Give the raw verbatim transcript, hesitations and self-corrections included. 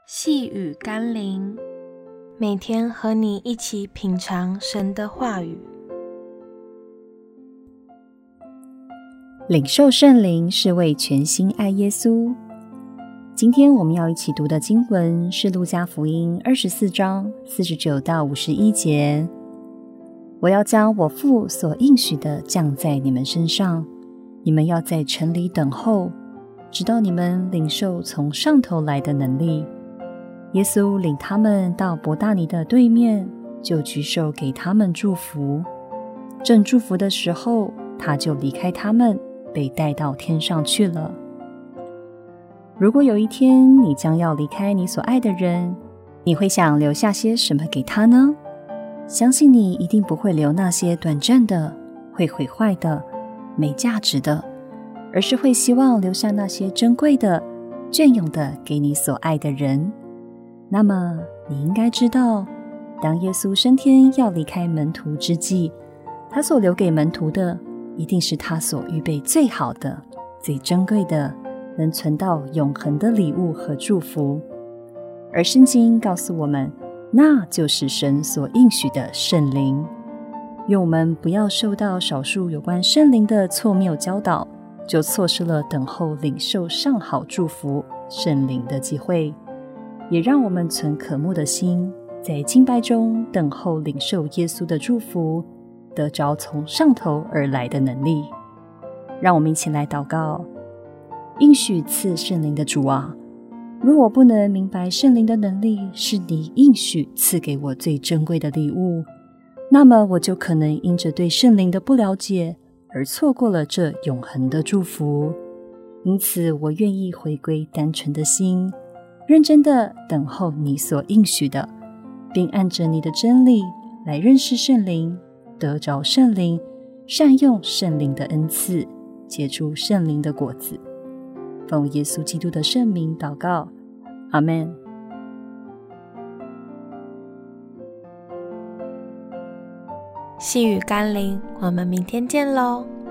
细雨甘霖，每天和你一起品尝神的话语。 领受圣灵是为全心爱耶稣。今天我们要一起读的经文是路加福音二十四章四十九到五十一节。我要将我父所应许的降在你们身上，你们要在城里等候，直到你们领受从上头来的能力。耶稣领他们到伯大尼的对面，就举手给他们祝福。正祝福的时候，他就离开他们，被带到天上去了。如果有一天你将要离开你所爱的人，你会想留下些什么给他呢？相信你一定不会留那些短暂的、会毁坏的、没价值的，而是会希望留下那些珍贵的、隽永的给你所爱的人。那么你应该知道，当耶稣升天要离开门徒之际，他所留给门徒的一定是他所预备最好的、最珍贵的，能存到永恒的礼物和祝福。而圣经告诉我们，那就是神所应许的圣灵。愿我们不要受到少数有关圣灵的错谬教导，就错失了等候领受上好祝福圣灵的机会。也让我们存渴慕的心，在敬拜中等候领受耶稣的祝福，得着从上头而来的能力。让我们一起来祷告。应许赐圣灵的主啊，若我不能明白圣灵的能力是你应许赐给我最珍贵的礼物，那么我就可能因着对圣灵的不了解而错过了这永恒的祝福。因此我愿意回归单纯的心，认真的等候你所应许的，并按着你的真理来认识圣灵，得着圣灵，善用圣灵的恩赐，结出圣灵的果子。奉耶稣基督的圣名祷告，阿们。 细雨甘霖，我们明天见喽。